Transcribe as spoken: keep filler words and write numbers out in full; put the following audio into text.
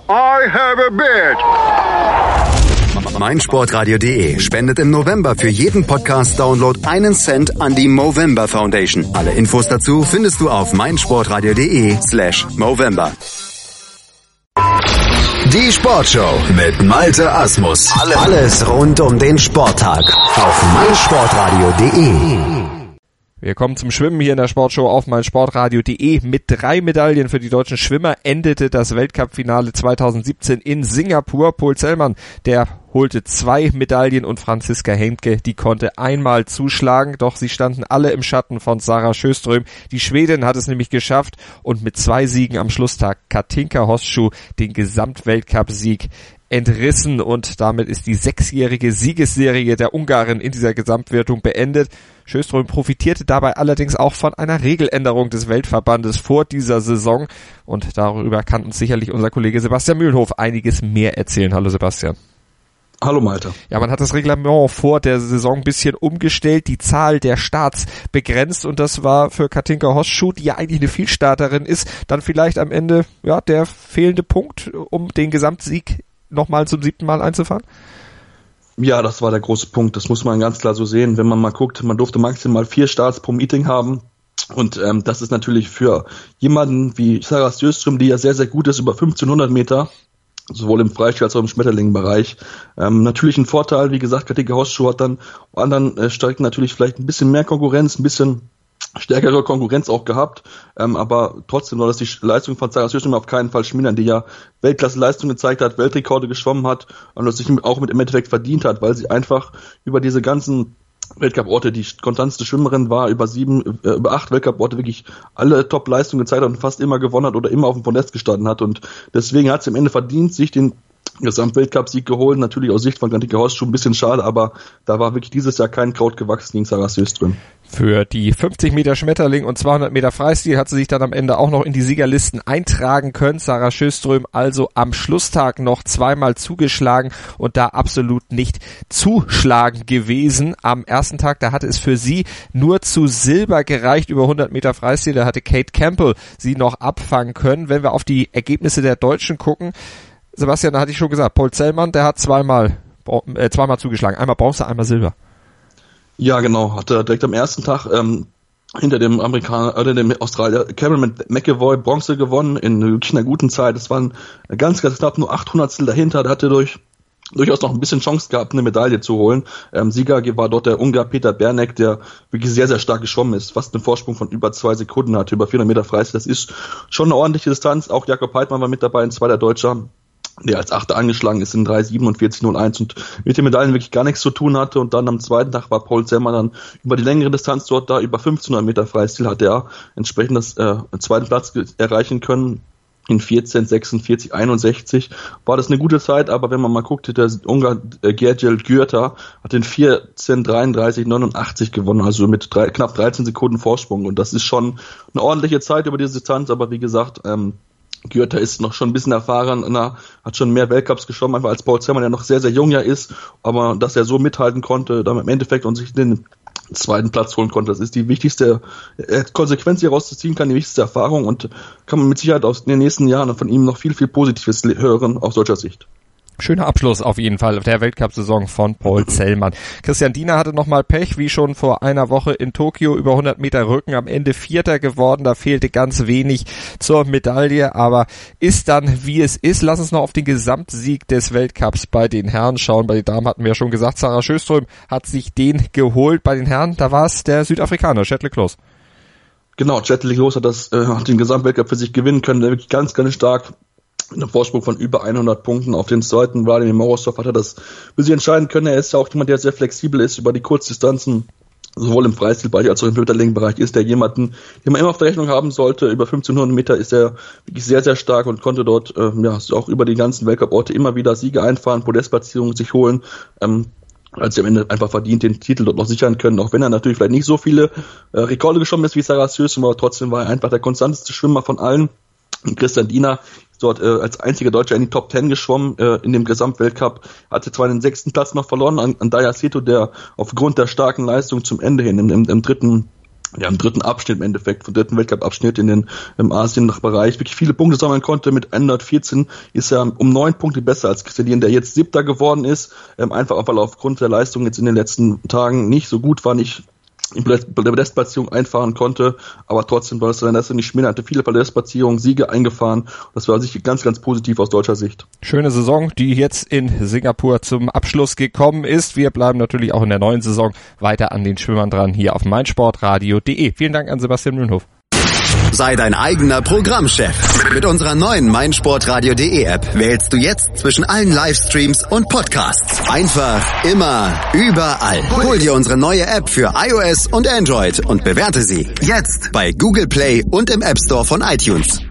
I have a bitch. meinsportradio punkt de spendet im November für jeden Podcast-Download einen Cent an die Movember Foundation. Alle Infos dazu findest du auf meinsportradio punkt de slash Movember. Die Sportshow mit Malte Asmus. Alles rund um den Sporttag auf meinsportradio punkt de. Wir kommen zum Schwimmen hier in der Sportshow auf meinsportradio punkt de. Mit drei Medaillen für die deutschen Schwimmer endete das Weltcup-Finale zweitausendsiebzehn in Singapur. Pol Zellmann, der holte zwei Medaillen und Franziska Henke, die konnte einmal zuschlagen, doch sie standen alle im Schatten von Sarah Sjöström. Die Schwedin hat es nämlich geschafft und mit zwei Siegen am Schlusstag Katinka Hosszu den Gesamtweltcup-Sieg entrissen und damit ist die sechsjährige Siegesserie der Ungarin in dieser Gesamtwertung beendet. Sjöström profitierte dabei allerdings auch von einer Regeländerung des Weltverbandes vor dieser Saison und darüber kann uns sicherlich unser Kollege Sebastian Mühlenhof einiges mehr erzählen. Hallo Sebastian. Hallo Malte. Ja, man hat das Reglement vor der Saison ein bisschen umgestellt, die Zahl der Starts begrenzt und das war für Katinka Hosszu, die ja eigentlich eine Vielstarterin ist, dann vielleicht am Ende ja der fehlende Punkt, um den Gesamtsieg nochmal zum siebten Mal einzufahren? Ja, das war der große Punkt. Das muss man ganz klar so sehen. Wenn man mal guckt, man durfte maximal vier Starts pro Meeting haben. Und ähm, das ist natürlich für jemanden wie Sarah Sjöström, die ja sehr, sehr gut ist, über fünfzehnhundert Meter, sowohl im Freistil als auch im Schmetterlingbereich. Ähm, natürlich ein Vorteil, wie gesagt, Katinka Hosszu hat dann auf anderen äh, Strecken natürlich vielleicht ein bisschen mehr Konkurrenz, ein bisschen stärkere Konkurrenz auch gehabt, ähm, aber trotzdem soll das die Leistung von Sarah Sjöström auf keinen Fall schmälern, die ja Weltklasse-Leistung gezeigt hat, Weltrekorde geschwommen hat und das sich auch mit im Endeffekt verdient hat, weil sie einfach über diese ganzen Weltcup-Orte die konstanteste Schwimmerin war, über sieben, äh, über acht Weltcup-Orte wirklich alle Top-Leistungen gezeigt hat und fast immer gewonnen hat oder immer auf dem Podest gestanden hat und deswegen hat sie am Ende verdient, sich den Gesamtweltcup-Sieg geholt, natürlich aus Sicht von Katinka Hosszu ein bisschen schade, aber da war wirklich dieses Jahr kein Kraut gewachsen gegen Sarah Sjöström. Für die fünfzig Meter Schmetterling und zweihundert Meter Freistil hat sie sich dann am Ende auch noch in die Siegerlisten eintragen können. Sarah Sjöström also am Schlusstag noch zweimal zugeschlagen und da absolut nicht zuschlagen gewesen. Am ersten Tag, da hatte es für sie nur zu Silber gereicht über hundert Meter Freistil. Da hatte Kate Campbell sie noch abfangen können. Wenn wir auf die Ergebnisse der Deutschen gucken, Sebastian, da hatte ich schon gesagt, Pol Zellmann, der hat zweimal, äh, zweimal zugeschlagen. Einmal Bronze, einmal Silber. Ja, genau. Hat er direkt am ersten Tag ähm, hinter dem Amerikaner, oder dem Australier Cameron McEvoy Bronze gewonnen in wirklich einer guten Zeit. Es waren ganz, ganz knapp nur achthundertstel dahinter. Der hatte durch durchaus noch ein bisschen Chance gehabt, eine Medaille zu holen. Ähm, Sieger war dort der Ungar Peter Bernek, der wirklich sehr, sehr stark geschwommen ist, fast einen Vorsprung von über zwei Sekunden hatte, über vierhundert Meter Freistil. Das ist schon eine ordentliche Distanz. Auch Jakob Heidmann war mit dabei, ein zweiter Deutscher, der als Achter angeschlagen ist in drei siebenundvierzig null eins und mit den Medaillen wirklich gar nichts zu tun hatte. Und dann am zweiten Tag war Pol Zellmann dann über die längere Distanz dort da, über fünfzehnhundert Meter Freistil hat er entsprechend das äh, zweiten Platz erreichen können. In vierzehn sechsundvierzig einundsechzig war das eine gute Zeit, aber wenn man mal guckte, der Ungar äh, Gergely Györta hat in vierzehn dreiunddreißig neunundachtzig gewonnen, also mit drei, knapp dreizehn Sekunden Vorsprung und das ist schon eine ordentliche Zeit über diese Distanz, aber wie gesagt, ähm, Györta ist noch schon ein bisschen erfahrener, hat schon mehr Weltcups geschwommen, einfach als Pol Zellmann, der noch sehr, sehr jung ja ist, aber dass er so mithalten konnte, dann im Endeffekt und sich den zweiten Platz holen konnte, das ist die wichtigste Konsequenz, die er rauszuziehen kann, die wichtigste Erfahrung und kann man mit Sicherheit aus den nächsten Jahren von ihm noch viel, viel Positives hören aus deutscher Sicht. Schöner Abschluss auf jeden Fall der Weltcup-Saison von Pol Zellmann. Christian Diener hatte nochmal Pech, wie schon vor einer Woche in Tokio, über hundert Meter Rücken, am Ende Vierter geworden, da fehlte ganz wenig zur Medaille, aber ist dann wie es ist. Lass uns noch auf den Gesamtsieg des Weltcups bei den Herren schauen. Bei den Damen hatten wir ja schon gesagt, Sarah Sjöström hat sich den geholt. Bei den Herren, da war es der Südafrikaner, Shettle Kloos. Genau, Shettle Kloos hat, das, äh, hat den Gesamtweltcup für sich gewinnen können, der wirklich ganz, ganz stark einen Vorsprung von über hundert Punkten auf den zweiten. Wladimir Morozov hat er das für sich entscheiden können. Er ist ja auch jemand, der sehr flexibel ist über die Kurzdistanzen, sowohl im Freistilbereich als auch im Schmetterlingbereich. Ist er jemanden, den man immer auf der Rechnung haben sollte. Über fünfzehnhundert Meter ist er wirklich sehr, sehr stark und konnte dort äh, ja auch über die ganzen Weltcup-Orte immer wieder Siege einfahren, Podestplatzierungen sich holen. Ähm, als sie am Ende einfach verdient den Titel dort noch sichern können, auch wenn er natürlich vielleicht nicht so viele äh, Rekorde geschwommen ist wie Sarah Sjöström, aber trotzdem war er einfach der konstanteste Schwimmer von allen. Und Christian Diener ist dort äh, als einziger Deutscher in die Top Ten geschwommen äh, in dem Gesamtweltcup, hatte zwar den sechsten Platz noch verloren an, an Daya Seto, der aufgrund der starken Leistung zum Ende hin im, im, im dritten ja, im dritten Abschnitt im Endeffekt, vom dritten Weltcup-Abschnitt in den im Asien-Bereich wirklich viele Punkte sammeln konnte. Mit hundertvierzehn ist er um neun Punkte besser als Christian, der jetzt Siebter geworden ist, ähm, einfach auch, weil er aufgrund der Leistung jetzt in den letzten Tagen nicht so gut war, nicht in der Podestplatzierung einfahren konnte, aber trotzdem war es dann, dass er nicht schmieren hatte, viele Podestplatzierungen, Siege eingefahren. Das war sicher ganz, ganz positiv aus deutscher Sicht. Schöne Saison, die jetzt in Singapur zum Abschluss gekommen ist. Wir bleiben natürlich auch in der neuen Saison weiter an den Schwimmern dran, hier auf meinsportradio punkt de. Vielen Dank an Sebastian Mühlenhof. Sei dein eigener Programmchef. Mit unserer neuen meinsportradio punkt de App wählst du jetzt zwischen allen Livestreams und Podcasts. Einfach, immer, überall. Hol dir unsere neue App für iOS und Android und bewerte sie jetzt bei Google Play und im App Store von iTunes.